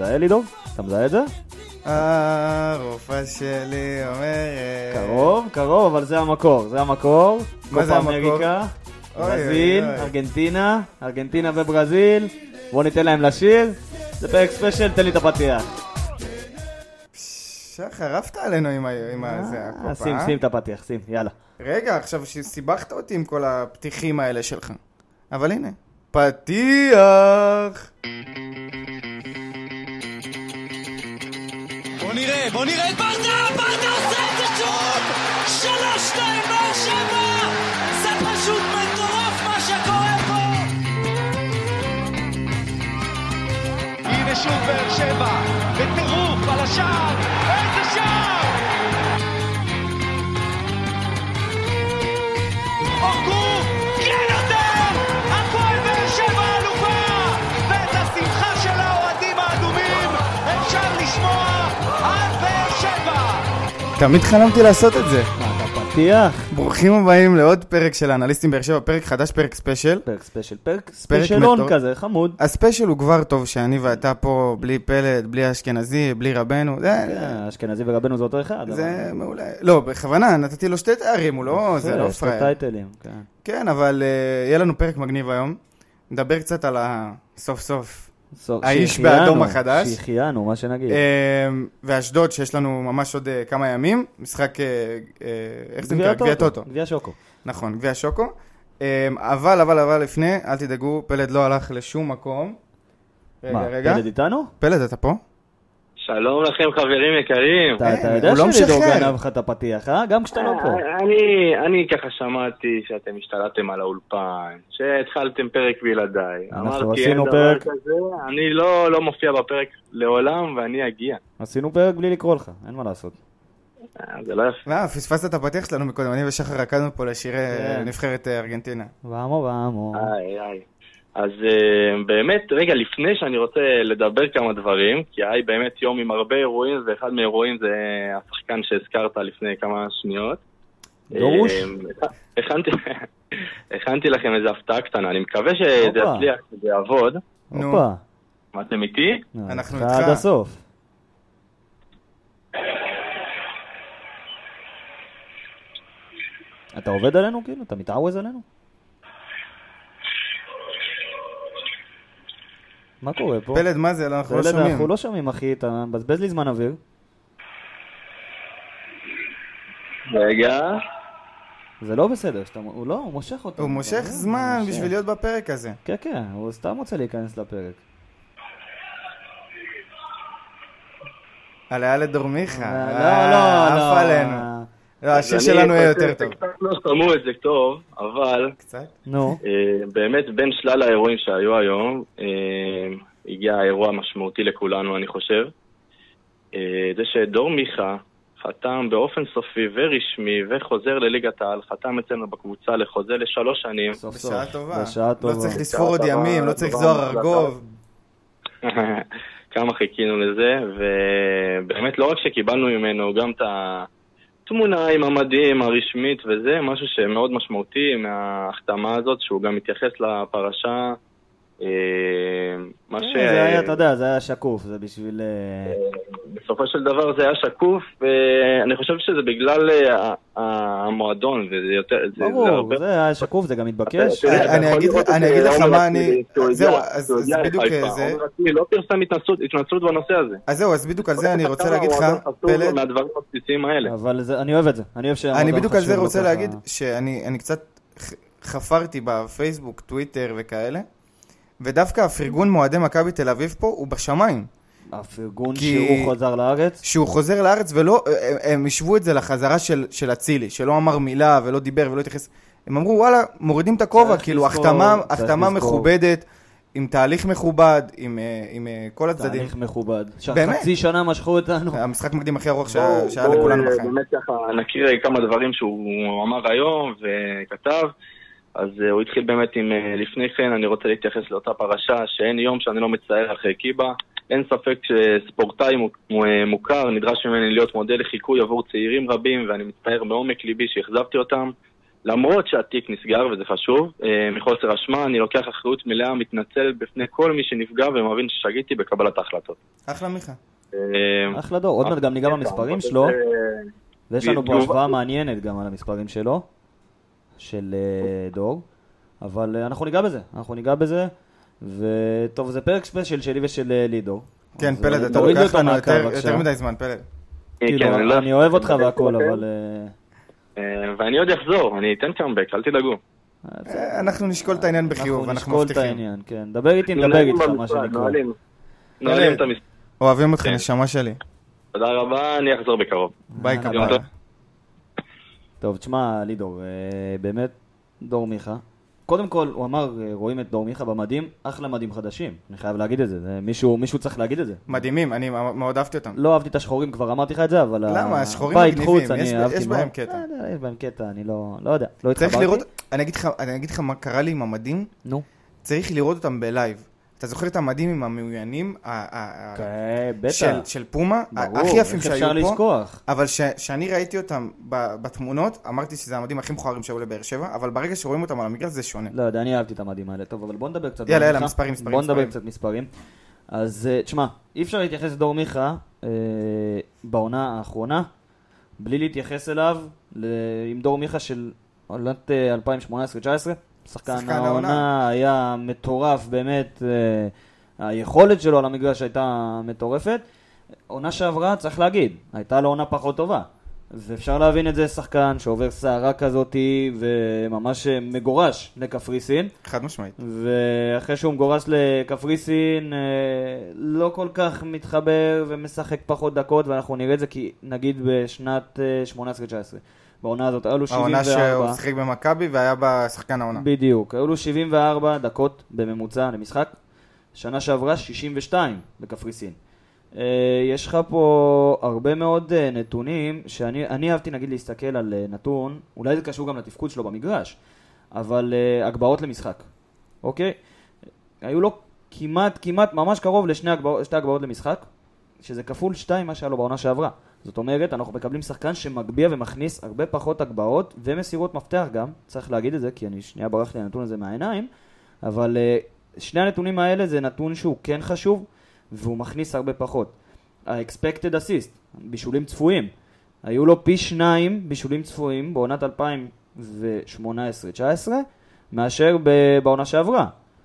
מזהה לי דוב? אתה מזהה את זה? רופאה שלי אומרת... קרוב, אבל זה המקור. מה זה המקור? אמריקה, ברזיל, ארגנטינה וברזיל. בוא ניתן להם לשיר. זה פרק ספיישל, תן לי את הפתיח. חרפת עלינו עם זה הקופה. שים את הפתיח, יאללה. רגע, עכשיו שסיבכת אותי עם כל הפתיחים האלה שלך. אבל הנה, פתיח! בוא נראה את ברדה עושה את זה שוב! 3-2 באר שבע! זה פשוט מטורף מה שקורה פה! הנה שוב באר שבע, בטירוף על השער! איזה שער! אורגו! כן יותר! הפועל באר שבע אלופה! ואת השמחה של האוהדים האדומים אפשר לשמוע על באר שבע! תמיד חלמתי לעשות את זה. מה, אתה פתיח? ברוכים הבאים לעוד פרק של האנליסטים באר שבע, פרק חדש, פרק ספיישל. פרק ספיישלון כזה, חמוד. הספיישל הוא כבר טוב שאני ואתה פה בלי פלד, בלי אשכנזי, בלי רבנו. אשכנזי ורבנו זה אותו אחד. זה מעולה. לא, בכוונה, נתתי לו שתי תארים, הוא לא, זה לא פרייר. שתי טייטלים, כן. כן, אבל יהיה לנו פרק מגניב היום. נדבר קצת על סוף סוף. האיש באדום החדש. שהחיינו, מה שנגיד. ואשדוד, שיש לנו ממש עוד כמה ימים. משחק, איך זה נקרא? גביע טוטו. גביע שוקו. נכון, גביע שוקו. אבל לפני, אל תדאגו, פלד לא הלך לשום מקום. רגע. פלד איתנו? פלד, אתה פה? שלום לכם חברים יקרים. אתה יודע שלידור גנב לך את הפתיח, גם כשאתה לא פה. אני ככה שמעתי שאתם השתלטתם על האולפן, שהתחלתם פרק בלעדיי. אמרתי אין דבר כזה, אני לא מופיע בפרק לעולם ואני אגיע. עשינו פרק בלי לקרוא לך, אין מה לעשות. זה לא יפה. פספסת את הפתיח שלנו מקודם, אני ושחר רקדנו פה לשירי נבחרת ארגנטינה. ואמו. אז באמת, רגע, לפני שאני רוצה לדבר כמה דברים, כי היה באמת יום עם הרבה אירועים, ואחד מהאירועים זה השחקן שהזכרת לפני כמה שניות. דורוש? הכנתי לכם איזו הפתעה קטנה, אני מקווה שזה יצליח, שזה יעבוד. אופה. מה אתם איתי? אנחנו איתך. עד הסוף. אתה עובד עלינו כאילו? אתה מתעווז עלינו? מה קורה פה? פלד, מה זה? אנחנו לא שומעים. אנחנו לא שומעים, אחי, אתה מבזבז לי זמן אוויר. רגע. זה לא בסדר, הוא מושך אותו. הוא מושך זמן בשביל להיות בפרק הזה. כן, הוא סתם רוצה להיכנס לפרק. עליה לדורמיכה. לא. אף עלינו. לא, השיר שלנו יהיה יותר טוב. קצת לא שמעו את זה טוב, אבל באמת בין שלל האירועים שהיו היום, הגיע האירוע משמעותי לכולנו, אני חושב. זה שדור מיכה חתם באופן סופי ורשמי וחוזר לליגת העל, חתם אצלנו בקבוצה לחוזה ל3 שנים. בשעה טובה. לא צריך לספור עוד ימים, לא צריך זוהר ארגוב. כמה חיכינו לזה, ובאמת לא רק שקיבלנו ממנו גם את התמונה עם המדים הרשמית וזה, משהו שמאוד משמעותי מההחתמה הזאת, שהוא גם מתייחס לפרשה. זה היה, אתה יודע, זה היה שקוף, זה בשביל... בסופו של דבר זה היה שקוף, ואני חושב שזה בגלל המועדון, וזה יותר... ברור, זה היה שקוף, זה גם מתבקש. אני אגיד לך מה אני... זהו, אז בדיוק זה... לא פרסם התנצלות בנושא הזה. אז זהו, אז בדיוק על זה אני רוצה להגיד לך, פלד... מהדברים הבסיסיים האלה. אבל אני אוהב את זה, אני בדיוק על זה רוצה להגיד שאני קצת חפרתי בפייסבוק, טוויטר וכאלה, ודווקא הפרגון מועדי מכבי תל אביב פה הוא בשמיים. הפרגון שהוא חוזר לארץ? שהוא חוזר לארץ, ולא, הם ישבו את זה לחזרה של אצילי, שלא אמר מילה ולא דיבר ולא התייחס. הם אמרו, וואלה, מורידים את הכובע, כאילו, החתמה מכובדת, עם תהליך מכובד, עם כל הצדדים. תהליך מכובד. באמת? חצי שנה משכו אותנו. המשחק מקדים הכי ארוך שהיה לכולנו בחיים. באמת ככה, נכיר כמה דברים שהוא אמר היום וכתב. אז הוא התחיל באמת עם, לפני כן אני רוצה להתייחס לאותה פרשה, שאין יום שאני לא מצטער אחרי קיבה. אין ספק שספורטאי מוכר נדרש ממני להיות מודל לחיקוי עבור צעירים רבים, ואני מצטער מעומק ליבי שהחזבתי אותם. למרות שהתיק נסגר, וזה חשוב, מחוסר אשמה, אני לוקח אחריות מלאה, מתנצל בפני כל מי שנפגע, ומבין ששגיתי בקבלת ההחלטות. אחלה מיכה. אחלה דור, עוד מעט גם ניגע במספרים שלו, ויש לנו פה השוואה מעניינת גם על המספרים שלו, של דור, אבל אנחנו ניגע בזה, וטוב, זה פרק ספיישל שלי ושל לידור. כן, פלד, אתה לוקח לנו יותר מדי זמן, פלד. אני אוהב אותך והכל, אבל... ואני עוד אחזור, אני אתן קאמבק, אל תדאגו. אנחנו נשקול את העניין בחיוב, אנחנו מבטיחים. נשקול את העניין, כן. דבר איתך, מה שנקרא. נועלים את המספר. אוהבים אותך, נשמה שלי. תודה רבה, אני אחזור בקרוב. ביי קבלה. טוב, תשמע, לידור, באמת, דור מיכה. קודם כל, הוא אמר, רואים את דור מיכה במדים, אחלה מדים חדשים. אני חייב להגיד את זה, מישהו צריך להגיד את זה. מדהימים, אני מאוד אהבתי אותם. לא אהבתי את השחורים, כבר אמרתי לך את זה, אבל... למה? השחורים מגניבים, יש בהם קטע. יש בהם קטע, אני לא יודע, לא צריך לראות, אני אגיד לך מה קרה לי עם המדים. נו. צריך לראות אותם בלייב. אתה זוכר את המדים עם המעוינים של פומה? הכי יפים שהיו פה. אבל כשאני ראיתי אותם בתמונות, אמרתי שזה המדים הכי מכוערים שהיו לבאר שבע, אבל ברגע שרואים אותם על המגרש זה שונה. לא יודע, אני אהבתי את המדים האלה. טוב, אבל בוא נדבר קצת. יאללה, מספרים. בוא נדבר קצת מספרים. אז תשמע, אי אפשר להתייחס לדור מיכה בעונה האחרונה, בלי להתייחס אליו עם דור מיכה של עונת 2018-2019. שחקן העונה היה מטורף, באמת, היכולת שלו על המגרש הייתה מטורפת. עונה שעברה, צריך להגיד, הייתה לו עונה פחות טובה. ואפשר להבין את זה, שחקן שעובר סערה כזאת וממש מגורש לקפריסין. חד משמעית. ואחרי שהוא מגורש לקפריסין, לא כל כך מתחבר ומשחק פחות דקות, ואנחנו נראה את זה כי נגיד בשנת 18-19. בעונה הזאת היו לו 74. העונה שהוא שיחק במכבי והיה בשחקן העונה. בדיוק, היו לו 74 דקות בממוצע למשחק. שנה שעברה 62 בקפריסין. יש לך פה הרבה מאוד נתונים שאני אהבתי נגיד להסתכל על נתון, אולי זה קשור גם לתפקוד שלו במגרש, אבל הגבהות למשחק. אוקיי? היו לו כמעט ממש קרוב לשתי הגבהות למשחק, שזה כפול 2 מה שהיה לו בעונה שעברה. זאת אומרת, אנחנו מקבלים שחקן שמגביע ומכניס הרבה פחות הגבהות ומסירות מפתח גם, צריך להגיד את זה, כי אני שנייה ברח לי הנתון הזה מהעיניים, אבל שני הנתונים האלה זה נתון שהוא כן חשוב, והוא מכניס הרבה פחות. ה-expected assist, בישולים צפויים, היו לו פי 2 בישולים צפויים בעונת 2018-19, מאשר בעונה שעברה.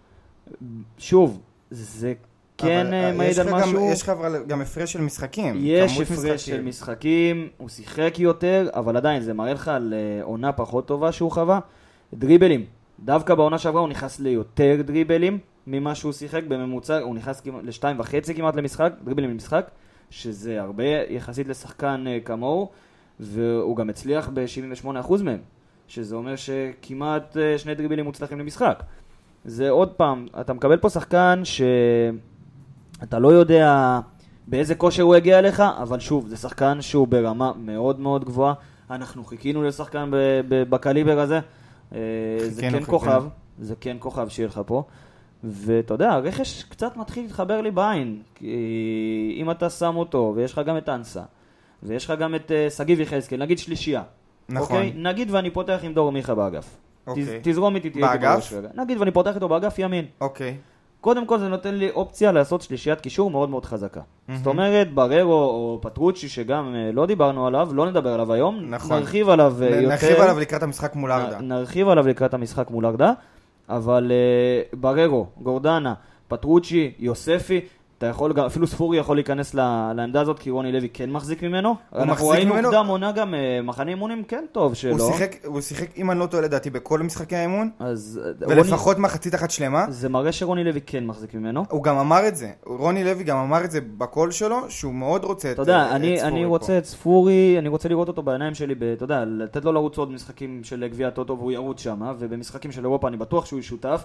שוב, זה כן מעיד על משהו. יש לך גם הפרש של משחקים. יש הפרש של משחקים, הוא שיחק יותר, אבל עדיין זה מראה לך על עונה פחות טובה שהוא חווה. דריבלים, דווקא בעונה שעברה הוא נכנס ליותר דריבלים ממה שהוא שיחק בממוצע, הוא נכנס ל2.5 כמעט למשחק, דריבלים למשחק, שזה הרבה יחסית לשחקן כמוהו, והוא גם הצליח ב-78% מהם, שזה אומר שכמעט 2 דריבלים מוצלחים למשחק. זה עוד פעם, אתה מקבל פה שחקן שאתה לא יודע באיזה כושר הוא הגיע אליך, אבל שוב, זה שחקן שהוא ברמה מאוד מאוד גבוהה. אנחנו חיכינו לשחקן בקליבר הזה. זה כן כוכב, זה כן כוכב שיהיה לך פה. ואתה יודע, הרכש קצת מתחיל להתחבר לי בעין, כי אם אתה שם אותו, ויש לך גם את אנסה, ויש לך גם את סגיב יחזקאל, נגיד שלישייה. נכון. אוקיי? נגיד ואני פותח עם דור מיכה באגף. אוקיי. תזרום איתי, תהיה באגף? נגיד ואני פותח איתו באגף ימין. אוקיי. קודם כל זה נותן לי אופציה לעשות שלישיית קישור מאוד מאוד חזקה. זאת אומרת, בררו או פטרוצ'י, שגם לא דיברנו עליו, לא נדבר עליו היום, נכון. נרחיב עליו יותר. נרחיב עליו לקראת המשחק מול ארדה. נרחיב עליו לקראת המשחק מול ארדה, אבל בררו, גורדנה, פטרוצ'י, יוספי, אתה יכול, אפילו ספורי יכול להיכנס לעמדה הזאת, כי רוני לוי כן מחזיק ממנו. אנחנו ראינו קדם עונה גם מחנה אימונים כן טוב שלו. הוא שיחק, אם אני לא טועה לדעתי, בכל משחקי האימון, ולפחות מחצית אחת שלמה. זה מראה שרוני לוי כן מחזיק ממנו. הוא גם אמר את זה, רוני לוי גם אמר את זה בקול שלו, שהוא מאוד רוצה את ספורי. אתה יודע, אני רוצה את ספורי, אני רוצה לראות אותו בעיניים שלי, אתה יודע, לתת לו לרוץ עוד משחקים של גביע הטוטו, והוא ירוץ שם, ובמשחקים של אירופה אני בטוח שהוא שותף.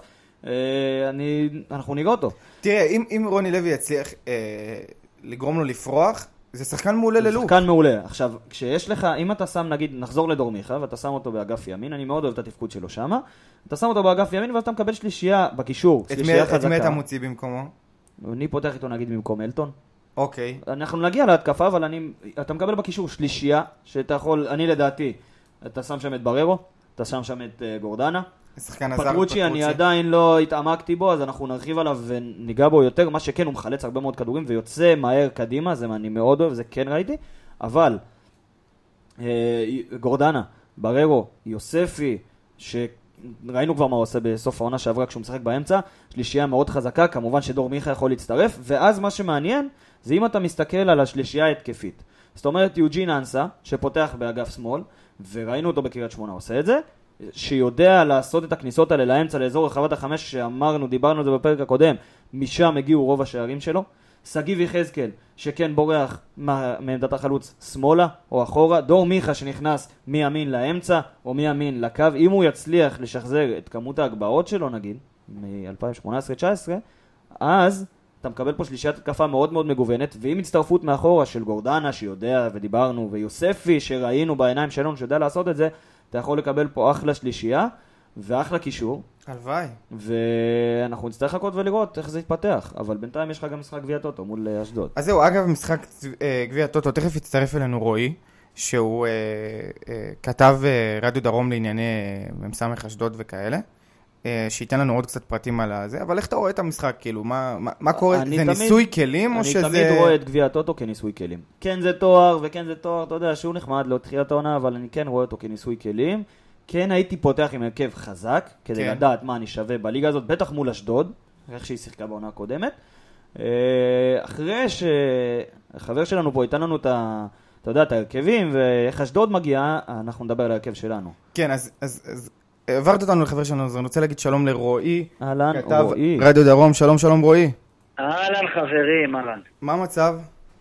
אנחנו ניגע אותו. תראה, אם רוני לוי יצליח לגרום לו לפרוח, זה שחקן מעולה ללוק. שחקן מעולה. עכשיו, כשיש לך, אם אתה שם, נגיד, נחזור לדור מיכה, ואתה שם אותו באגף ימין, אני מאוד אוהב את התפקוד שלו שמה, אתה שם אותו באגף ימין, ואז אתה מקבל שלישייה בקישור, שלישייה חזקה. את מי אתה מוציא במקומו? אני פותח איתו, נגיד, במקום אלטון. אוקיי. אנחנו נגיע להתקפה, אבל אתה מקבל בקישור שלישייה, שאתה יכול, אני לדעתי, אתה שם שם את בררו, אתה שם את גורדנה. פטרוצ'י אני עדיין לא התעמקתי בו, אז אנחנו נרחיב עליו וניגע בו יותר. מה שכן, הוא מחלץ הרבה מאוד כדורים ויוצא מהר קדימה, זה אני מאוד אוהב, זה כן ראיתי. אבל גורדנה, בררו, יוספי, שראינו כבר מה הוא עושה בסוף העונה שעברה כשהוא משחק באמצע, שלישייה מאוד חזקה, כמובן שדור מיכה יכול להצטרף, ואז מה שמעניין זה אם אתה מסתכל על השלישייה ההתקפית. זאת אומרת, יוג'ין אנסה, שפותח באגף שמאל, וראינו אותו בקריית שמונה עושה את זה, שיודע לעשות את הכניסות האלה לאמצע, לאזור רחבת החמש, שאמרנו, דיברנו על זה בפרק הקודם, משם הגיעו רוב השערים שלו. סגיב יחזקאל, שכן בורח מעמדת החלוץ שמאלה או אחורה. דור מיכה שנכנס מימין לאמצע או מימין לקו. אם הוא יצליח לשחזר את כמות ההגבהות שלו, נגיד, מ-2018-19, אז אתה מקבל פה שלישיית התקפה מאוד מאוד מגוונת, ועם הצטרפות מאחורה של גורדנה שיודע ודיברנו, ויוספי שראינו בעיניים שלנו שיודע לעשות את זה, אתה יכול לקבל פה אחלה שלישייה ואחלה קישור. הלוואי. ואנחנו נצטרך לחכות ולראות איך זה יתפתח, אבל בינתיים יש לך גם משחק גביע טוטו מול אשדוד. אז זהו, אגב, משחק גביע טוטו, תכף יצטרף אלינו רועי, שהוא כתב רדיו דרום לענייני ממסמך אשדוד וכאלה, שייתן לנו עוד קצת פרטים על זה, אבל איך אתה רואה את המשחק, כאילו, מה קורה? זה ניסוי כלים או שזה... אני תמיד רואה את גביע טוטו כניסוי כלים. כן זה תואר וכן זה תואר, אתה יודע, שהוא נחמד לתחילת העונה, אבל אני כן רואה אותו כניסוי כלים. כן הייתי פותח עם הרכב חזק, כדי לדעת מה אני שווה בליגה הזאת, בטח מול אשדוד, איך שהיא שיחקה בעונה הקודמת. אחרי שהחבר שלנו פה ייתן לנו את ההרכבים, ואיך אשדוד מגיעה, אנחנו נדבר על ההרכב שלנו. כן, אז עברת אותנו לחבר שלנו, אז אני רוצה להגיד שלום לרועי. אהלן, רועי. רדיו דרום, שלום רועי. אהלן חברים, אהלן. מה המצב?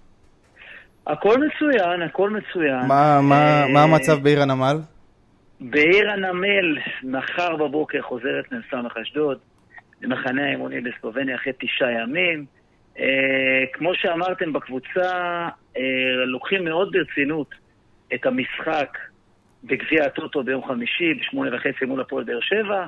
הכל מצוין. מה המצב בעיר הנמל? בעיר הנמל, מחר בבוקר חוזרת ממסמך אשדוד, למחנה האימוני בסלובניה אחרי 9 ימים. כמו שאמרתם בקבוצה, לוקחים מאוד ברצינות את המשחק בגביע הטוטו ביום חמישי, ב8:30 מול הפועל באר שבע,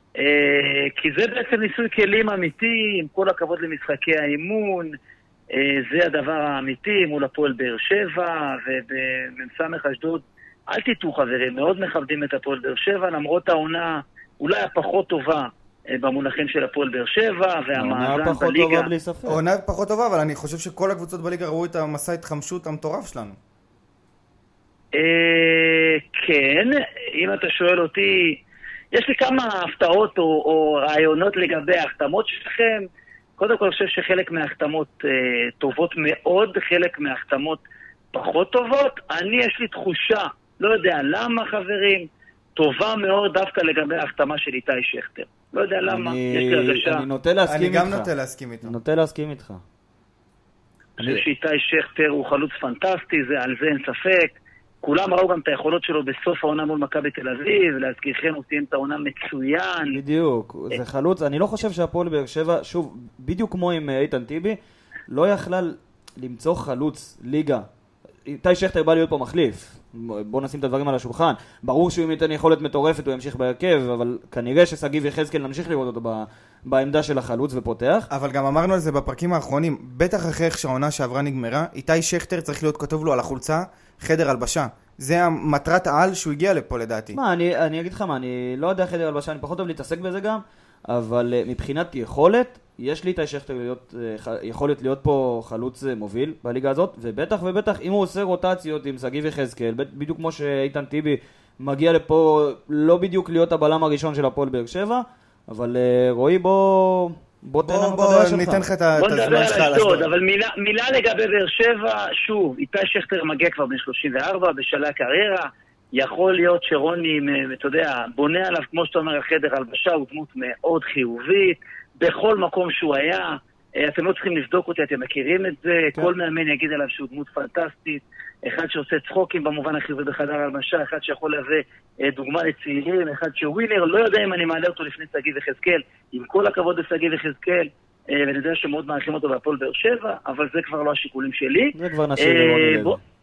כי זה בעצם ניסוי כלים אמיתי, עם כל הכבוד למשחקי האימון, זה הדבר האמיתי מול הפועל באר שבע, ובמסמך אשדוד, אל תיתו חברים, מאוד מכבדים את הפועל באר שבע, למרות העונה אולי הפחות טובה במונחים של הפועל באר שבע, והמאזן בליגה. העונה פחות טובה, אבל אני חושב שכל הקבוצות בליגה ראו את המסע התחמשות המטורף שלנו. כן, אם אתה שואל אותי, יש לי כמה הפתעות או רעיונות לגבי ההחתמות שלכם. קודם כל אני חושב שחלק מההחתמות טובות מאוד, חלק מההחתמות פחות טובות. יש לי תחושה, לא יודע למה חברים, טובה מאוד דווקא לגבי ההחתמה של איתי שכטר. לא יודע למה, יש לי הרגשה. אני נוטה להסכים איתך. אני גם נוטה להסכים איתך. אני חושב שאיתי שכטר הוא חלוץ פנטסטי, על זה אין ספק. כולם ראו גם את היכולות שלו בסוף העונה מול מכבי תל אביב, להזכירכם הוא סיים את העונה מצוין. בדיוק, זה חלוץ. אני לא חושב שהפועל באר שבע, שוב, בדיוק כמו עם איתן טיבי, לא יכלה למצוא חלוץ ליגה. איתי שכטר בא להיות פה מחליף. בוא נשים את הדברים על השולחן. ברור שהוא ייתן יכולת מטורפת, הוא ימשיך בהרכב, אבל כנראה שסגיב יחזקאל נמשיך לראות אותו בעמדה של החלוץ ופותח. אבל גם אמרנו על זה בפרקים האחרונים, בטח אחרי איך שהעונה שעברה נגמרה, איתי שכטר צריך להיות כתוב לו על החולצה חדר הלבשה. זה המטרת העל שהוא הגיע לפה לדעתי. אני אגיד לך מה, אני לא יודע חדר הלבשה, אני פחות טוב להתעסק בזה גם, אבל מבחינת יכולת, יש לי איתי שכטר יכולת להיות פה חלוץ מוביל בליגה הזאת, ובטח אם הוא עושה רוטציות עם סגיב יחזקאל, בדיוק כמו שאיתן טיבי מגיע לפה לא בדיוק להיות הבלם הראשון של הפועל באר שבע, אבל רועי בוא תן לנו את הדעה שלך. ניתן לך את הזמן שלך על אשדוד. אבל מילה לגבי באר שבע, שוב, איתי שכטר מגיע כבר בן 34 בשלהי הקריירה, יכול להיות שרוני, אתה יודע, בונה עליו, כמו שאתה אומר, החדר הלבשה, הוא דמות מאוד חיובית, בכל מקום שהוא היה, אתם לא צריכים לבדוק אותי, אתם מכירים את זה, כל מאמן יגיד עליו שהוא דמות פנטסטית, אחד שעושה צחוקים במובן החיובי בחדר הלבשה, אחד שיכול להביא דוגמה לצעירים, אחד שהוא ווינר, לא יודע אם אני מעלה אותו לפני סגיב יחזקאל, עם כל הכבוד לסגיב יחזקאל, ואני יודע שמאוד מעריכים אותו בהפועל באר שבע, אבל זה כבר לא השיקולים שלי. זה כבר נשאיר לרוני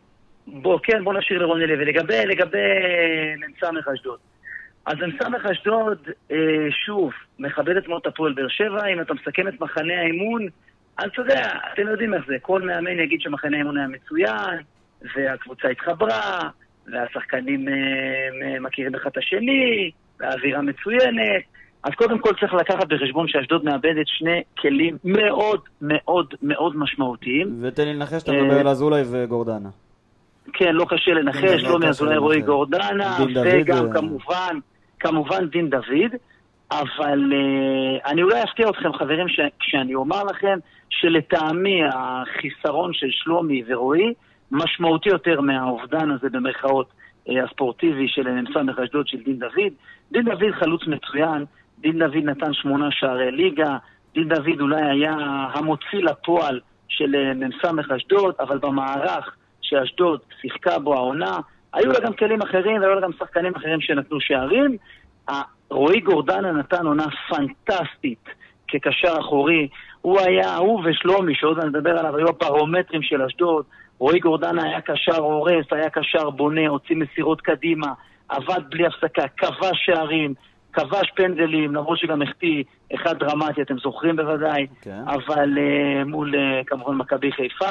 לוי. בוא נשאיר לרוני לוי. לגבי ממסמך אשדוד. אז ממסמך אשדוד, שוב, מכבדת מאוד את הפועל באר שבע, אם אתה מסכם את מחנה האימון, אז אתה יודע, אתם יודעים איך זה, כל מאמן יגיד שמחנה האימון היה מצוין, והקבוצה התחברה, והשחקנים מכירים אחד את השני, והאווירה מצוינת. אז קודם כל צריך לקחת בחשבון שאשדוד מאבדת שני כלים מאוד מאוד מאוד משמעותיים. ותן לי לנחש, אתה מדבר על אזולאי וגורדנה. כן, לא קשה לנחש, לא מאזולאי רועי גורדנה, וגם כמובן דין דוד. אבל אני אולי אפתיע אתכם חברים כשאני אומר לכם שלטעמי החיסרון של שלומי ורועי משמעותי יותר מהאובדן הזה במרכאות הספורטיבי של מ"ס אשדוד של דין דוד. דין דוד חלוץ מצוין, דין דוד נתן 8 שערי ליגה, דין דוד אולי היה המוציא לפועל של מ"ס אשדוד, אבל במערך שאשדוד שיחקה בו העונה, היו לה גם כלים אחרים והיו לה גם שחקנים אחרים שנתנו שערים. רועי גורדנה נתן עונה פנטסטית כקשר אחורי, הוא ושלומי, שעוד נדבר עליו, היו הפרומטרים של אשדוד. רועי גורדנה היה קשר הורס, היה קשר בונה, הוציא מסירות קדימה, עבד בלי הפסקה, כבש שערים, כבש פנדלים, למרות שגם החטיא אחד דרמטי, אתם זוכרים בוודאי, אבל מול כמובן מכבי חיפה,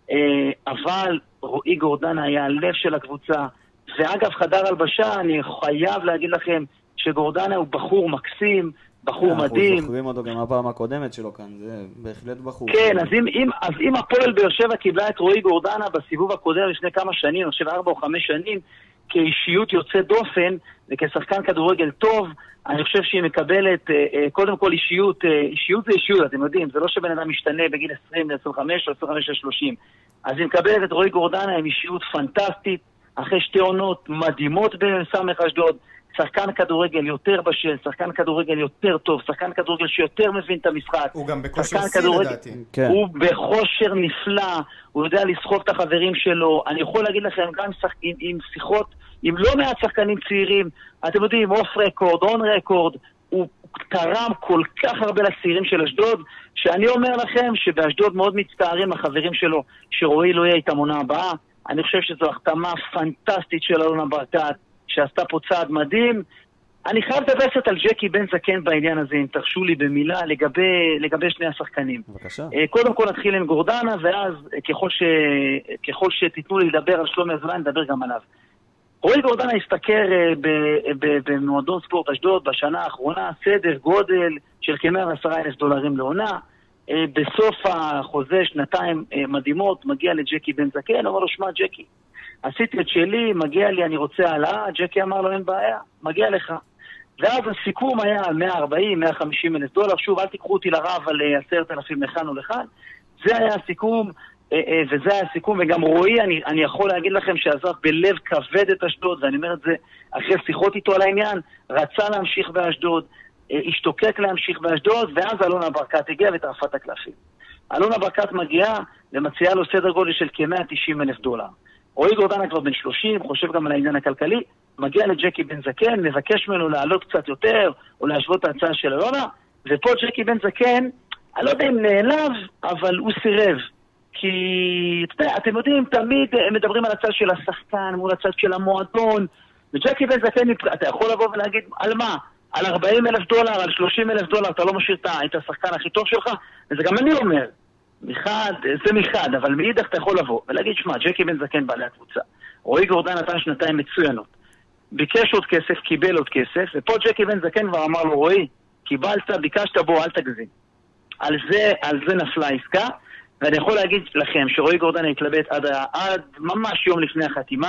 אבל רועי גורדנה היה הלב של הקבוצה, ואגב חדר הלבשה, אני חייב להגיד לכם שגורדנה הוא בחור מקסים, בחור מדהים. אנחנו זוכרים אותו גם הפעם הקודמת שלו כאן, זה בהחלט בחור. כן, אז אם הפועל באר שבע קיבלה את רועי גורדנה בסיבוב הקודם לפני כמה שנים, אני חושב 4 או 5 שנים, כאישיות יוצאת דופן וכשחקן כדורגל טוב, אני חושב שהיא מקבלת קודם כל אישיות זה אישיות, אתם יודעים, זה לא שבן אדם משתנה בגיל 20 ל-25 או 25 ל-30. אז היא מקבלת את רועי גורדנה עם אישיות פנטסטית, אחרי 2 עונות מדהימות במ"ס אשדוד, שחקן כדורגל יותר בשל, שחקן כדורגל יותר טוב, שחקן כדורגל שיותר מבין את המשחק. הוא גם בכושר שיא לדעתי. כן. הוא בכושר נפלא, הוא יודע לסחוב את החברים שלו. אני יכול להגיד לכם גם עם שיחות, עם לא מעט שחקנים צעירים, אתם יודעים, אוף רקורד, און רקורד, הוא תרם כל כך הרבה לצעירים של אשדוד, שאני אומר לכם שבאשדוד מאוד מצטערים החברים שלו, שרועי לא יהיה איתם עונה הבאה. אני חושב שזו החתמה פנטסטית של אלונה ברקת, שעשתה פה צעד מדהים. אני חייב לדבר קצת על ג'קי בן זקן בעניין הזה, אם תרשו לי במילה, לגבי שני השחקנים. בבקשה. קודם כל נתחיל עם גורדנה, ואז ככל שתיתנו לי לדבר על שלומי אזולאי, נדבר גם עליו. רועי גורדנה הסתכר במועדון ספורט אשדוד בשנה האחרונה, סדר גודל של $110,000 לעונה. בסוף החוזה, 2 מדהימות, מגיע לג'קי בן זקן, אומר לו, שמע ג'קי, עשיתי את שלי, מגיע לי, אני רוצה העלאה. ג'קי אמר לו, אין בעיה, מגיע לך. ואז הסיכום היה $140,000-150,000. שוב, אל תיקחו אותי לרב על 10,000 לכאן או לכאן. זה היה הסיכום, וזה היה הסיכום, וגם רועי, אני יכול להגיד לכם שעזב בלב כבד את אשדוד, ואני אומר את זה אחרי שיחות איתו על העניין, רצה להמשיך באשדוד, השתוקק להמשיך באשדוד, ואז אלונה ברקת הגיעה וטרפה את הקלפים. אלונה ברקת מגיעה ומציעה לו סדר גודל של $190,000. רועי גורדנה כבר בן 30, חושב גם על העניין הכלכלי, מגיע לג'קי בן זקן, מבקש ממנו לעלות קצת יותר, או להשוות את ההצעה של אלונה, ופה ג'קי בן זקן, אני לא יודע אם נעלב, אבל הוא סירב. כי, אתם יודעים, תמיד מדברים על הצד של השחקן, מול הצד של המועדון, וג'קי בן זקן, אתה יכול לבוא ולהגיד, על מה? על $40,000, על $30,000, אתה לא משאיר את השחקן הכי טוב שלך, וזה גם אני אומר. זה מחד, אבל מאידך אתה יכול לבוא ולהגיד, שמה, ג'קי בן זקן בעלי הקבוצה. רועי גורדנה נתן 2 מצוינות. ביקש עוד כסף, קיבל עוד כסף, ופה ג'קי בן זקן כבר אמר לו, רועי, קיבלת, ביקשת בו, אל תגזים. על זה נפלה עסקה, ואני יכול להגיד לכם שרועי גורדנה התלבט עד ממש יום לפני החתימה,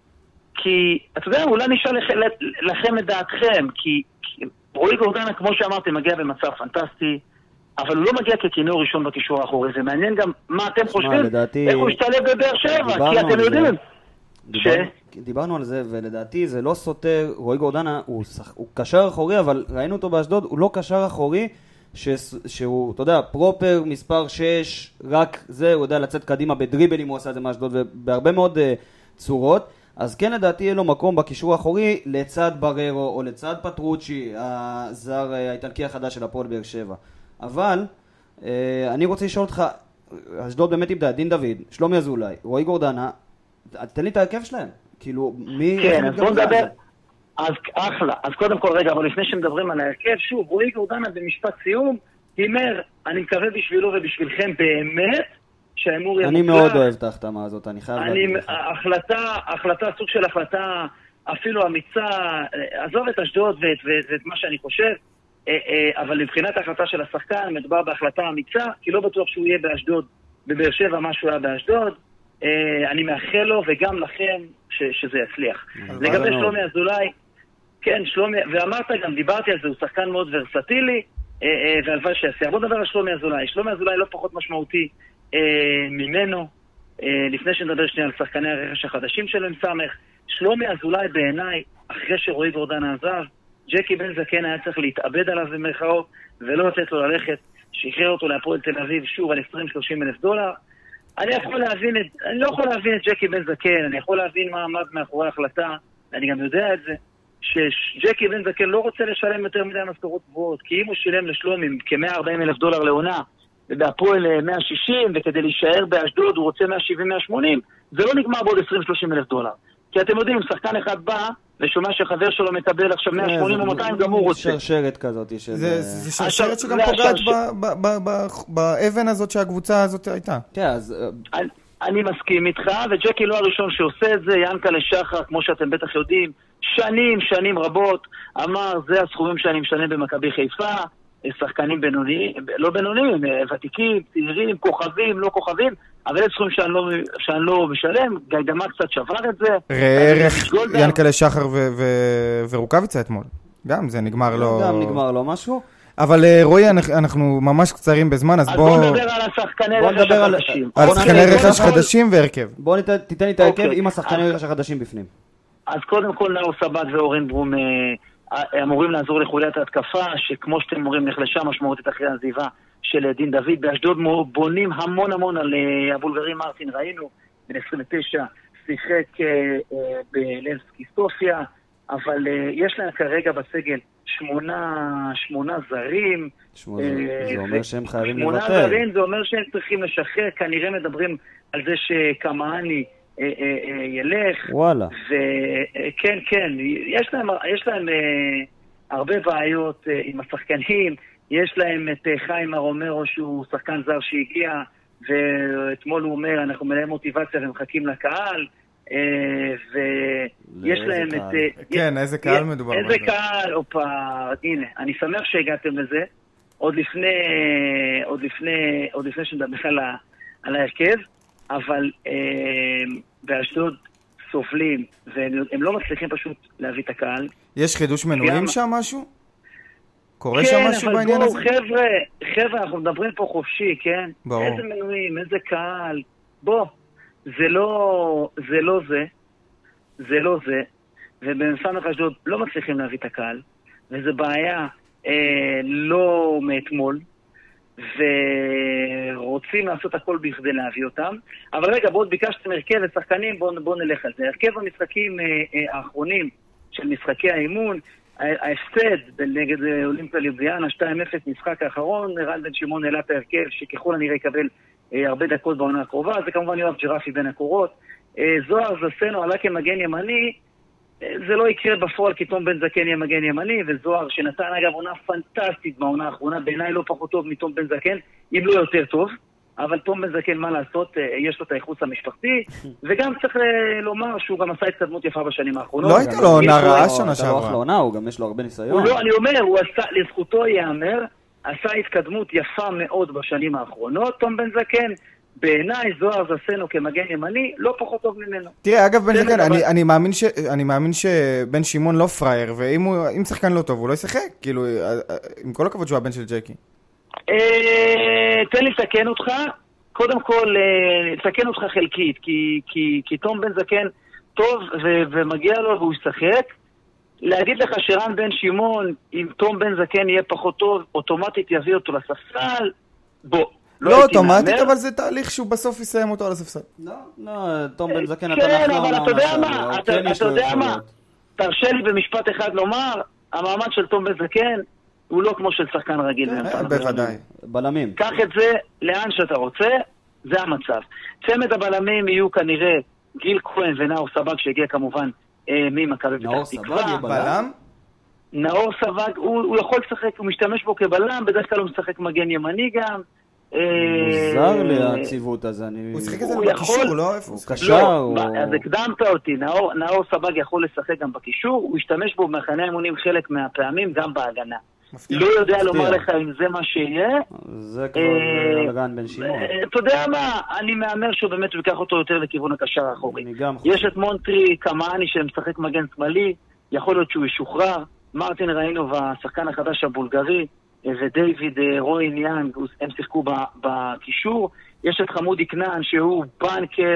כי, אתה יודע, אולי נשאל לכם את דעתכם, כי רועי גורדנה, כמו שאמרתי, מגיע במצב פנטסטי, אבל הוא לא מגיע ככינור ראשון בקישור האחורי. זה מעניין גם מה אתם חושבים, איך הוא השתלב בבאר שבע, כי אתם יודעים. דיברנו על זה, ולדעתי זה לא סותר. רועי גורדנה הוא קשר אחורי, אבל ראינו אותו באשדוד, הוא לא קשר אחורי שהוא, אתה יודע, פרופר מספר 6, רק זה, הוא יודע לצאת קדימה בדריבלים, הוא עשה את זה מאשדוד, ובהרבה מאוד צורות. אז כן לדעתי יהיה לו מקום בקישור האחורי לצד בררו או לצד פטרוצ'י, הזר האיטלקי החדש של הפועל באר שבע. אבל אני רוצה לשאול אותך, אשדוד באמת איבדה, דין דוד, שלומי אזולאי, רועי גורדנה, תן לי את ההרכב שלהם. כאילו, מי... כן, אז בוא נדבר. אז אחלה. אז קודם כל רגע, אבל לפני שמדברים על ההרכב, שוב, רועי גורדנה במשפט סיום, הימר, אני מקווה בשבילו ובשבילכם באמת, שהאימור יהיה אני מאוד אוהב את ההחתמה הזאת, אני חייב להגיד לך. החלטה, סוג של החלטה אפילו אמיצה, עזוב את אשדוד ואת מה שאני חושב, אבל מבחינת ההחלטה של השחקן, מדובר בהחלטה אמיצה, כי לא בטוח שהוא יהיה באשדוד, בבאר שבע מה שהוא היה באשדוד, אני מאחל לו וגם לכם שזה יצליח. לגבי שלומי אזולאי, כן, שלומי, ואמרת גם, דיברתי על זה, הוא שחקן מאוד ורסטילי, והלוואי שיעשה. בוא נדבר על שלומי אזולאי. שלומי אזולאי לא פחות משמעותי ממנו, לפני שנדבר שנייה על שחקני הרכש החדשים של סמך. שלומי אזולאי בעיניי, אחרי שרועי גורדן עזב, ג'קי בן זקן היה צריך להתאבד עליו במרכאות, ולא לתת לו ללכת, שחרר אותו להפועל תל אביב שוב על 20-30 אלף דולר. אני לא יכול להבין את ג'קי בן זקן, אני יכול להבין מה עמד מאחורי ההחלטה, אני גם יודע את זה, שג'קי בן זקן לא רוצה לשלם יותר מדי משכורות גבוהות, כי אם הוא שילם לשלומי כ-140 אלף דולר לעונה, ובהפועל 160, וכדי להישאר באשדוד הוא רוצה 170-180, זה לא נגמר בעוד 20-30 אלף דולר. כי אתם יודעים, שחקן אחד בא, ושומע שחבר שלו מקבל עכשיו 180 או 200, גם הוא רוצה. שרשרת כזאת. זה שרשרת שגם פוגעת באבן הזאת שהקבוצה הזאת הייתה. אני מסכים איתך, וג'קי לא הראשון שעושה את זה, ינקלה שחר, כמו שאתם בטח יודעים, שנים רבות, אמר, זה הסכומים שאני משלם במכבי חיפה, שחקנים בינוניים, לא בינוניים, ותיקים, צעירים, כוכבים, לא כוכבים, אבל זה סכום שאני לא משלם, גיידמה קצת שבר את זה. ראה ערך ינקלה שחר ורוקביצה אתמול. גם זה נגמר לו... גם נגמר לו משהו. אבל רועי, אנחנו ממש קצרים בזמן, אז בוא נדבר על השחקני רכש החדשים. על שחקני רכש חדשים והרכב. בוא תיתן לי את ההרכב עם השחקני רכש החדשים בפנים. אז קודם כל נאור סבג ואורן ברום אמורים לעזור לחוליית ההתקפה, שכמו שאתם אומרים נחלשה משמעותית אחרי העזיבה של דין דוד. באשדוד בונים המון על הבולגרי מרטין, ראינו, בן 29, שיחק בלבסקי סופיה, אבל יש להם כרגע בסגל 8 זרים. זה אומר שהם חייבים לוותר. 8 זרים, זה אומר שהם צריכים לשחרר, כנראה מדברים על זה שקמאני ילך. וואלה. וכן, יש להם הרבה בעיות עם השחקנים, יש להם את חיים הרומרו שהוא שחקן זר שהגיע, ואתמול הוא אומר, אנחנו מלאים מוטיבציה ומחכים לקהל, ויש להם את... כן, איזה קהל מדובר? איזה קהל, אופה, הנה, אני שמח שהגעתם לזה, עוד לפני שנדבר על ההרכב, אבל באשדוד סובלים, והם לא מצליחים פשוט להביא את הקהל. יש חידוש מנויים שם משהו? קורה שם משהו בעניין הזה? כן, אבל בואו, חבר'ה, אנחנו מדברים פה חופשי, כן? ברור. איזה מנויים, איזה קהל. בוא, זה לא זה, ובסמך אשדוד לא מצליחים להביא את הקהל, וזו בעיה לא מאתמול, ורוצים לעשות הכל בכדי להביא אותם. אבל רגע, בואו ביקשתם הרכב ושחקנים, בואו נלך על זה. הרכב המשחקים האחרונים של משחקי האימון, ההפסד נגד אולימפיה ליובליאנה 2-0 משחק האחרון, רן בן שמעון העלה את ההרכב שככל הנראה יקבל הרבה דקות בעונה הקרובה, זה כמובן יואב ג'רפי בין הקורות. זוהר זסנו עלה כמגן ימני, זה לא יקרה בפועל כי תום בן זקן יהיה מגן ימני, וזוהר שנתן אגב עונה פנטסטית בעונה האחרונה, בעיניי לא פחות טוב מתום בן זקן, אם לא יותר טוב, אבל תום בן זקן מה לעשות, יש לו את האיכוס המשפחתי, וגם צריך לומר שהוא גם עשה התקדמות יפה בשנים האחרונות. לא הייתה לו עונה רעה שנה שעברה. הוא גם יש לו הרבה ניסיון. אני אומר, הוא עשה, לזכותו ייאמר, עשה התקדמות יפה מאוד בשנים האחרונות, תום בן זקן, בעיניי זוהר זסנו כמגן ימני לא פחות טוב ממנו. תראה, אגב בן זקן, אני מאמין שבן שמעון לא פרייר, ואם שחקן לא טוב הוא לא ישחק, כאילו, עם כל הכבוד שהוא הבן של ג'קי. תן לי לתקן אותך, קודם כל לתקן אותך חלקית, כי תום בן זקן טוב ומגיע לו והוא ישחק. להגיד לך שרן בן שמעון, אם תום בן זקן יהיה פחות טוב, אוטומטית יביא אותו לספסל, בוא. לא אוטומטית, אבל זה תהליך שהוא בסוף יסיים אותו על הספסל. לא, תום בן זקן אתה כן, אבל אתה יודע מה? תרשה לי במשפט אחד לומר, המעמד של תום בן זקן הוא לא כמו של שחקן רגיל. בוודאי. בלמים. קח את זה לאן שאתה רוצה, זה המצב. צמד הבלמים יהיו כנראה גיל כהן ונאור סבג שהגיע כמובן ממכבי פתח תקווה. נאור סבג בלם? נאור סבג, הוא יכול לשחק, הוא משתמש בו כבלם, בדרך כלל הוא משחק מגן ימני גם. מוזר לי העציבות הזה. הוא שחק את זה בקישור, לא? הוא קשר. אז הקדמת אותי, נאור סבג יכול לשחק גם בקישור, הוא השתמש בו במחנה האימונים חלק מהפעמים, גם בהגנה. לא יודע לומר לך אם זה מה שיהיה. זה כבר לגן בן שמעון. אתה יודע מה, אני מאמר שהוא באמת ייקח אותו יותר לכיוון הקשר האחורי. יש את מונטרי קמאני שמשחק מגן שמאלי, יכול להיות שהוא ישוחרר. מרטין ראינו והשחקן החדש הבולגרי, ודייוויד רוין יאנג, הם שיחקו בקישור. יש את חמודי כנען שהוא בנקר,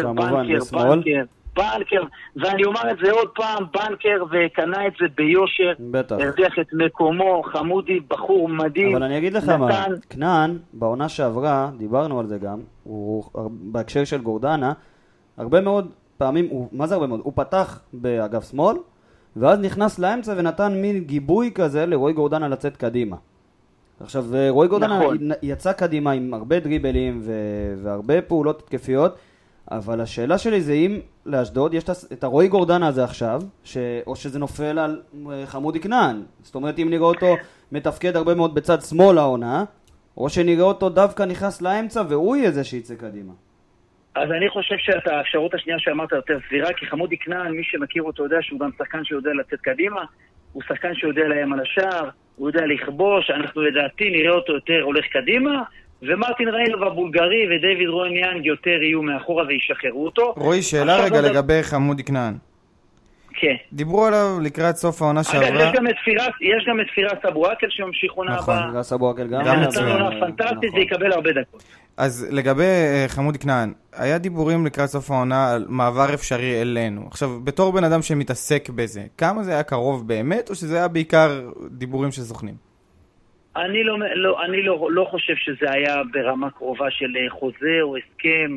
ואני אומר את זה עוד פעם, בנקר, וקנה את זה ביושר, הרוויח את מקומו, חמודי, בחור מדהים. אבל אני אגיד לך מה, כנען, בעונה שעברה, דיברנו על זה גם, בהקשר של גורדנה, הרבה מאוד פעמים, מה זה הרבה מאוד? הוא פתח באגף שמאל, ואז נכנס לאמצע ונתן מין גיבוי כזה לרועי גורדנה לצאת קדימה. עכשיו, רועי גורדנה יצא קדימה עם הרבה דריבלים והרבה פעולות התקפיות, אבל השאלה שלי זה אם לאשדוד יש את הרועי גורדנה הזה עכשיו, או שזה נופל על חמודי כנען. זאת אומרת, אם נראה אותו מתפקד הרבה מאוד בצד שמאל העונה, או שנראה אותו דווקא נכנס לאמצע והוא יהיה זה שיצא קדימה. אז אני חושב שאת האפשרות השנייה שאמרת יותר סבירה, כי חמודי כנען, מי שמכיר אותו יודע שהוא גם שחקן שיודע לצאת קדימה, הוא שחקן שיודע להם על השער, הוא יודע לכבוש, אנחנו לדעתי נראה אותו יותר הולך קדימה, ומרטין ראינו והבולגרי ודייוויד רוין יאנג יותר יהיו מאחורה וישחררו אותו. רועי, שאלה רגע לגבי חמודי כנען. כן. דיברו עליו לקראת סוף העונה שעברה. אגב, יש גם את פירס אבו עקל שממשיך עונה נכון, פירס אבו עקל גם. נתן עונה פנטסטית, זה יקבל הרבה דקות. אז לגבי חמודי כנען, היה דיבורים לקראת סוף העונה על מעבר אפשרי אלינו. עכשיו, בתור בן אדם שמתעסק בזה, כמה זה היה קרוב באמת, או שזה היה בעיקר דיבורים של סוכנים? אני לא חושב שזה היה ברמה קרובה של חוזה או הסכם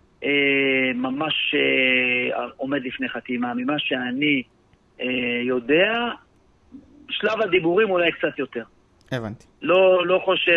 ממש עומד לפני חתימה. ממה שאני יודע, שלב הדיבורים אולי קצת יותר. הבנתי. לא חושב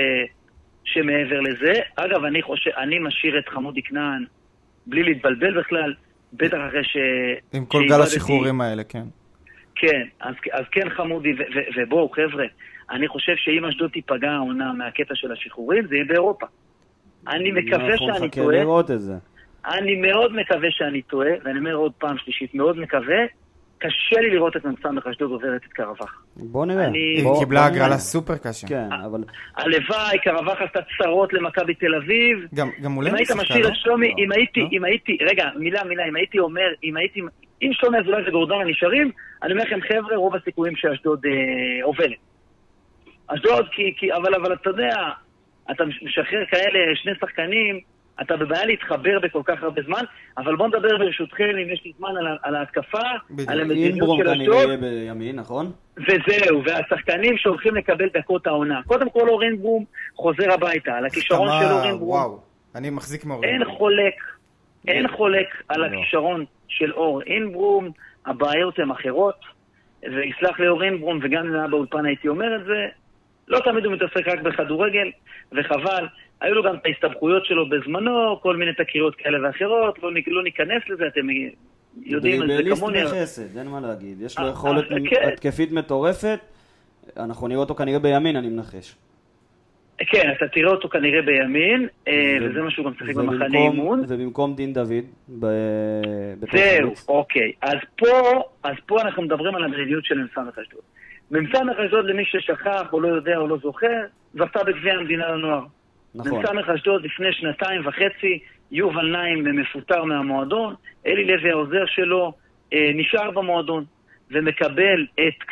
שמעבר לזה. אגב, אני משאיר את חמודי כנען בלי להתבלבל בכלל, בטח אחרי עם כל גל השחרורים האלה, כן. כן, אז כן חמודי, ובואו חבר'ה, אני חושב שאם אשדוד תיפגע העונה מהקטע של השחרורים, זה יהיה באירופה. אני מקווה שאני טועה. אני מאוד מקווה שאני טועה, ואני אומר עוד פעם שלישית, מאוד מקווה. קשה לי לראות את מ"ס אשדוד עוברת את קרבח. בוא נראה. היא קיבלה הגרלה סופר קשה. כן, אבל... הלוואי, קרבח עשתה צרות למכבי תל אביב. גם אולי אם היית משאיר את שלומי, אם הייתי, רגע, מילה, אם הייתי אומר, אם שלומי אזולאי וגורדנה נשארים, אני אומר לכם חבר'ה, רוב הסיכויים שאשדוד עוברת. אשדוד, אבל אתה יודע, אתה משחרר כאלה שני שחקנים, אתה בבעיה להתחבר בכל כך הרבה זמן, אבל בוא נדבר ברשותכם, אם יש לי זמן על ההתקפה, על המדיניות של אשדוד. כנראה בימין, נכון? וזהו, והשחקנים שהולכים לקבל דקות העונה. קודם כל אורנברום חוזר הביתה, על הכישרון של אורנברום. וואו, אני מחזיק מאורנברום. אין חולק על הכישרון של אורנברום, הבעיות הן אחרות, ויסלח לאורנברום, וגם אם היה באולפן הייתי אומר את זה, לא תמיד הוא מתעסק רק בכדורגל, וחבל. היו לו גם את ההסתבכויות שלו בזמנו, כל מיני תקריות כאלה ואחרות, לא ניכנס לזה, אתם יודעים על זה כמוני. דריבליסט בחסד, אין מה להגיד. יש לו יכולת התקפית מטורפת, אנחנו נראה אותו כנראה בימין, אני מנחש. כן, אתה תראה אותו כנראה בימין, וזה מה שהוא גם צריך במחנה אימון. ובמקום דין דוד, זהו, אוקיי. אז פה אנחנו מדברים על המדיניות של מ"ס אשדוד. מ"ס אשדוד, למי ששכח או לא יודע או לא זוכר, זכתה בגביע המדינה לנוער. מ"ס אשדוד לפני 2.5 יובל נעים מפוטר מהמועדון, אלי לוי העוזר שלו נשאר במועדון ומקבל את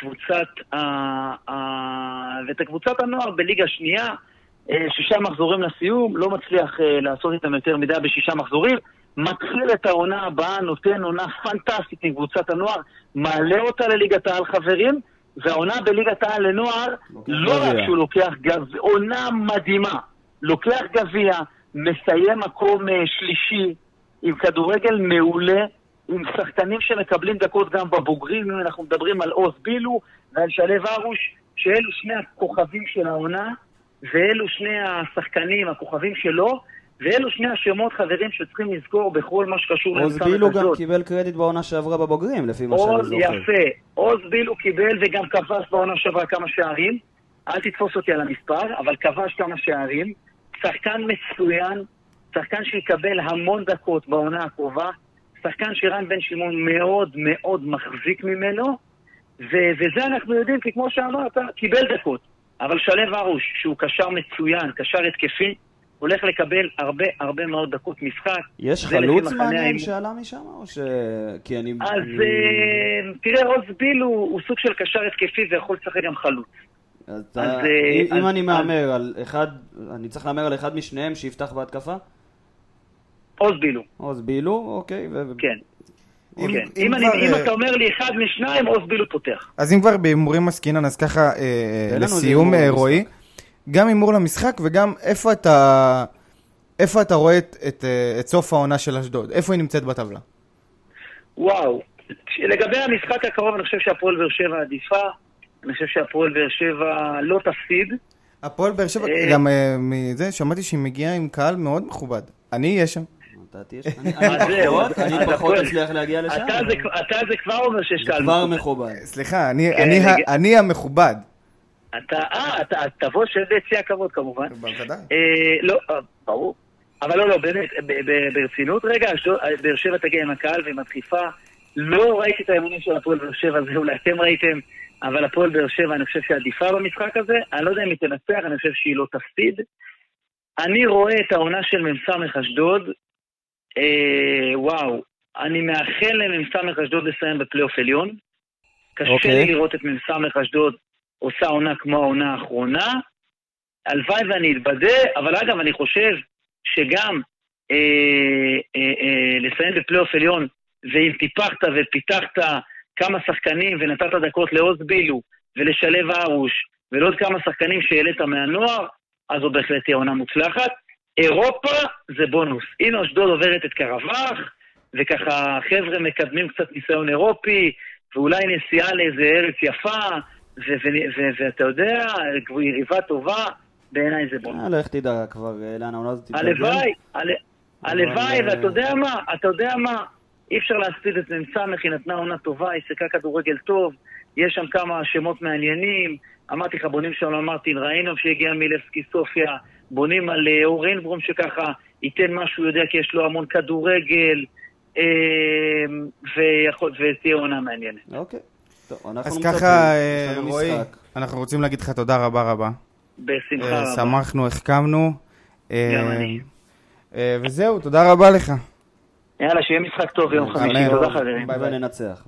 קבוצת הנוער בליגה שנייה, 6 מחזורים לסיום, לא מצליח לעשות איתם יותר מדי ב6 מחזורים, מתחיל את העונה הבאה, נותן עונה פנטסטית מקבוצת הנוער, מעלה אותה לליגת העל חברים, והעונה בליגת העל לנוער, לא רק שהוא לוקח עונה מדהימה, לוקח גביע, מסיים מקום שלישי, עם כדורגל מעולה, עם שחקנים שמקבלים דקות גם בבוגרים, אם אנחנו מדברים על עוז בילו ועל שלב ארוש, שאלו שני הכוכבים של העונה, ואלו שני השחקנים, הכוכבים שלו, ואלו שני השמות חברים שצריכים לזכור בכל מה שקשור עוז בילו גם קיבל קרדיט בעונה שעברה בבוגרים, לפי מה שאני זוכר. יפה, עוז בילו קיבל וגם כבש בעונה שעברה כמה שערים, אל תתפוס אותי על המספר, אבל כבש כמה שערים, שחקן מצוין, שחקן שיקבל המון דקות בעונה הקרובה, שחקן שרן בן שמעון מאוד מאוד מחזיק ממנו, וזה אנחנו יודעים, כי כמו שאמרת, קיבל דקות. אבל שלו ארוש, שהוא קשר מצוין, קשר התקפי, הולך לקבל הרבה מאוד דקות משחק. יש חלוץ מעניין שעלה משם? או ש... כי אני... אז תראה, רוז ביל הוא סוג של קשר התקפי ויכול לשחק גם חלוץ. אם אני מאמר על אחד, אני צריך לאמר על אחד משניהם שיפתח בהתקפה? עוז בילו, אוקיי. כן. אם אתה אומר לי אחד משניים, עוז בילו פותח. אז אם כבר באימורים מסכינן, אז ככה לסיום רועי, גם אימור למשחק וגם איפה אתה רואה את סוף העונה של אשדוד? איפה היא נמצאת בטבלה? וואו, לגבי המשחק הקרוב אני חושב שהפועל באר שבע עדיפה, אני חושב שהפועל באר שבע לא תפסיד. הפועל באר שבע, גם מזה שמעתי שהיא מגיעה עם קהל מאוד מכובד. אני אהיה שם. אני פחות אצליח להגיע לשם. אתה זה כבר אומר שיש קהל מכובד. סליחה, אני המכובד. אתה תבוא שביציע הכבוד כמובן. בוודאי. לא, ברור. אבל לא, באמת, ברצינות רגע, באר שבע תגיע עם הקהל ועם הדחיפה. לא ראיתי את האמונים של הפועל באר שבע, זה אולי אתם ראיתם, אבל הפועל באר שבע אני חושב שעדיפה במשחק הזה. אני לא יודע אם היא תנצח, אני חושב שהיא לא תפסיד. אני רואה את העונה של מ"ס אשדוד. וואו, אני מאחל למ"ס אשדוד לסיים בפלייאוף עליון. קשה לי לראות את מ"ס אשדוד עושה עונה כמו העונה האחרונה. הלוואי ואני אתבדה, אבל אגב אני חושב שגם לסיים בפלייאוף עליון, ואם טיפחת ופיתחת כמה שחקנים ונתת דקות לעוז בילו ולשלו ארוש ולעוד כמה שחקנים שהעלית מהנוער, אז זו בהחלט תהיה עונה מוצלחת. אירופה זה בונוס. הנה אשדוד עוברת את קרבח, וככה חבר'ה מקדמים קצת ניסיון אירופי, ואולי נסיעה לאיזה ארץ יפה, ואתה יודע, יריבה טובה, בעיניי זה בונוס. לא, איך תדע כבר לאן העונה הזאת תתגלגל? הלוואי, ואתה יודע מה, אי אפשר להספיד את מ"ס, היא נתנה עונה טובה, היא שיחקה כדורגל טוב, יש שם כמה שמות מעניינים, אמרתי לך, בונים שם מרטין ראינוב שהגיע מלבסקי סופיה, בונים על אור אינברום שככה ייתן משהו, יודע כי יש לו המון כדורגל, ותהיה עונה מעניינת. אוקיי. אז ככה, רועי, אנחנו רוצים להגיד לך תודה רבה. בשמחה רבה. שמחנו, החכמנו. גם אני. וזהו, תודה רבה לך. יאללה, שיהיה משחק טוב יום חמישי. תודה חברים. ביי ביי, ננצח.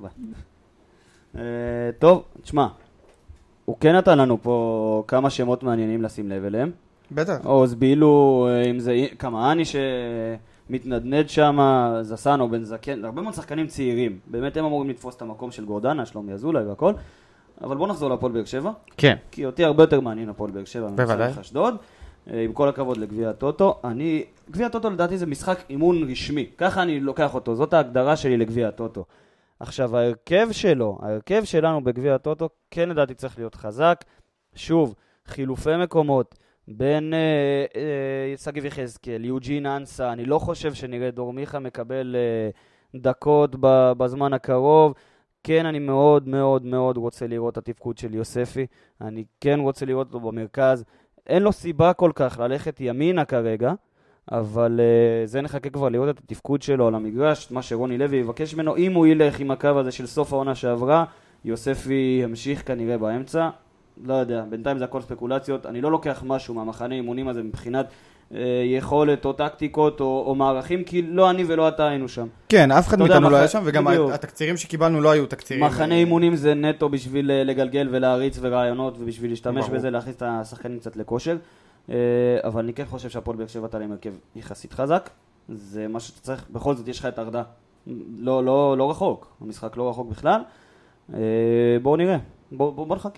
טוב, תשמע, הוא כן נתן לנו פה כמה שמות מעניינים לשים לב אליהם. בטח. עוז בילו, אם זה כמאני שמתנדנד שם, זסנו, בן זקן, הרבה מאוד שחקנים צעירים. באמת הם אמורים לתפוס את המקום של גורדנה, שלומי אזולאי והכל. אבל בוא נחזור להפועל באר שבע. כן. כי אותי הרבה יותר מעניין הפועל באר שבע. בוודאי. אשדוד. עם כל הכבוד לגביע הטוטו. גביע הטוטו לדעתי זה משחק אימון רשמי. ככה אני לוקח אותו. זאת ההגדרה שלי לגביע הטוטו. עכשיו, ההרכב שלנו בגביע הטוטו, כן לדעתי צריך להיות חזק. שוב, חילופי מקומות בין סגיב יחזקאל, יוג'ין אנסה. אני לא חושב שנראה דור מיכה מקבל דקות בזמן הקרוב. כן, אני מאוד מאוד מאוד רוצה לראות את התפקוד של יוספי. אני כן רוצה לראות אותו במרכז. אין לו סיבה כל כך ללכת ימינה כרגע, אבל זה נחכה כבר לראות את התפקוד שלו על המגרש, מה שרוני לוי יבקש ממנו. אם הוא ילך עם הקו הזה של סוף העונה שעברה, יוספי ימשיך כנראה באמצע. לא יודע, בינתיים זה הכל ספקולציות. אני לא לוקח משהו מהמחנה אימונים הזה מבחינת יכולת או טקטיקות או מערכים, כי לא אני ולא אתה היינו שם. כן, אף אחד מאיתנו לא היה שם, וגם התקצירים שקיבלנו לא היו תקצירים. מחנה אימונים זה נטו בשביל לגלגל ולהריץ ורעיונות, ובשביל להשתמש בזה, להכניס את השחקנים קצת לכושר. אבל אני כן חושב שהפועל באר שבע תעלה עם הרכב יחסית חזק. זה מה שאתה צריך, בכל זאת יש לך את ארדה. לא רחוק, המשחק לא רחוק בכלל. בואו נראה, בואו נחכה.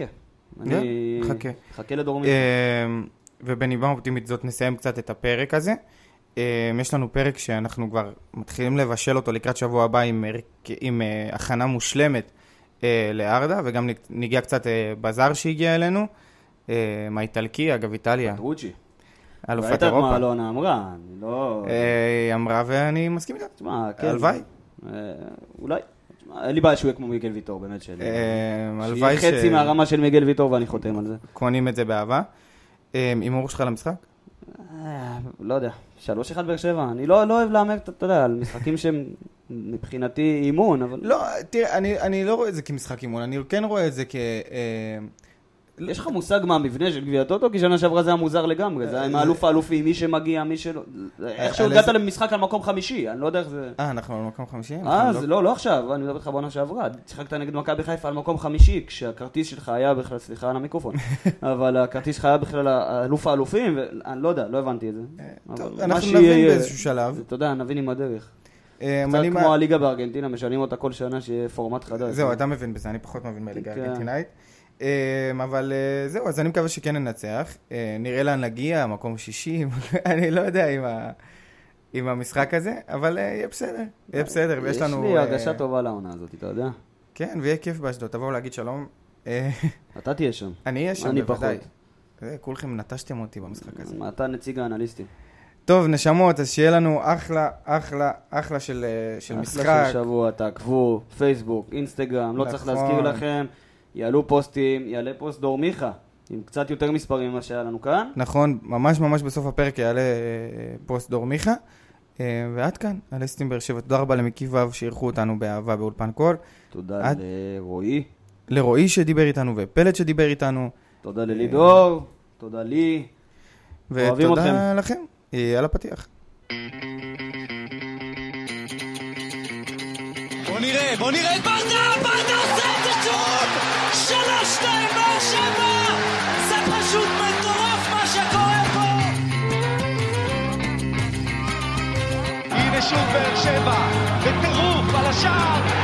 חכה לדור מיכה. ובנימה אופטימית זאת נסיים קצת את הפרק הזה. יש לנו פרק שאנחנו כבר מתחילים לבשל אותו לקראת שבוע הבא עם הכנה מושלמת לארדה, וגם ניגע קצת בזר שהגיע אלינו, מהאיטלקי, אגב איטליה. פטרוצ'י. אלופת ראית אירופה. מה אלונה אמרה? אני לא... היא אמרה ואני מסכים איתה. תשמע, כן. הלוואי. אולי. אין לי בעיה שהוא יהיה כמו מיגל ויטור, באמת שלי. הלוואי שיהיה חצי מהרמה של מיגל ויטור ואני חותם על זה. קונים את זה באהבה. הימור שלך למשחק? לא יודע, 3-1 באר שבע. אני לא אוהב להמר, אתה יודע, על משחקים שהם מבחינתי אימון, אבל... לא, תראה, אני לא רואה את זה כמשחק אימון, אני כן רואה את זה יש לך מושג מה המבנה של גביע הטוטו? כי שנה שעברה זה היה מוזר לגמרי, זה היה עם האלוף האלופי, מי שמגיע, מי שלא... איך שהגעת למשחק על מקום חמישי, אני לא יודע איך זה... אנחנו על מקום חמישי? לא עכשיו, אני מדבר לך בעונה שעברה, שיחקת נגד מכבי חיפה על מקום חמישי, כשהכרטיס שלך היה בכלל, סליחה על המיקרופון, אבל הכרטיס שלך היה בכלל האלוף האלופים, ואני לא יודע, לא הבנתי את זה. טוב, אנחנו נבין באיזשהו שלב. אתה יודע, נבין עם הדרך. קצת כמו הליגה בארגנטינה, משנים אותה כל שנה שיהיה פורמט חדש. זהו, אתה מבין בזה, אני פחות מבין מהליגה הארגנטינאית. אבל זהו, אז אני מקווה שכן ננצח. נראה לאן נגיע, מקום 60, אני לא יודע עם המשחק הזה, אבל יהיה בסדר, יהיה בסדר. ויש לנו... יש לי הרגשה טובה לעונה הזאת, אתה יודע? כן, ויהיה כיף באשדוד, תבואו להגיד שלום. אתה תהיה שם. אני אהיה שם, אני בוודאי. פחות. כולכם נטשתם אותי במשחק הזה. אתה נציג האנליסטים. טוב, נשמות, אז שיהיה לנו אחלה של משחק. אחלה של שבוע, תעקבו, פייסבוק, אינסטגרם, לא צריך להזכיר לכם. יעלו פוסטים, יעלה פוסט דור מיכה, עם קצת יותר מספרים ממה שהיה לנו כאן. נכון, ממש בסוף הפרק יעלה פוסט דור מיכה. ועד כאן, הלסטים באר שבע. תודה רבה למקיף ואב שאירחו אותנו באהבה באולפן קול. תודה לרועי. לרועי שדיבר איתנו ופלט שדיבר איתנו. תודה ללידור, תודה לי. אוהבים אתכם. ותודה לכם. על הפתיח. בוא נראה את ברדה עושה את השוק! 3-2 באר שבע! זה פשוט מטורף מה שקורה פה! הנה שוב באר שבע, בטירוף על השער!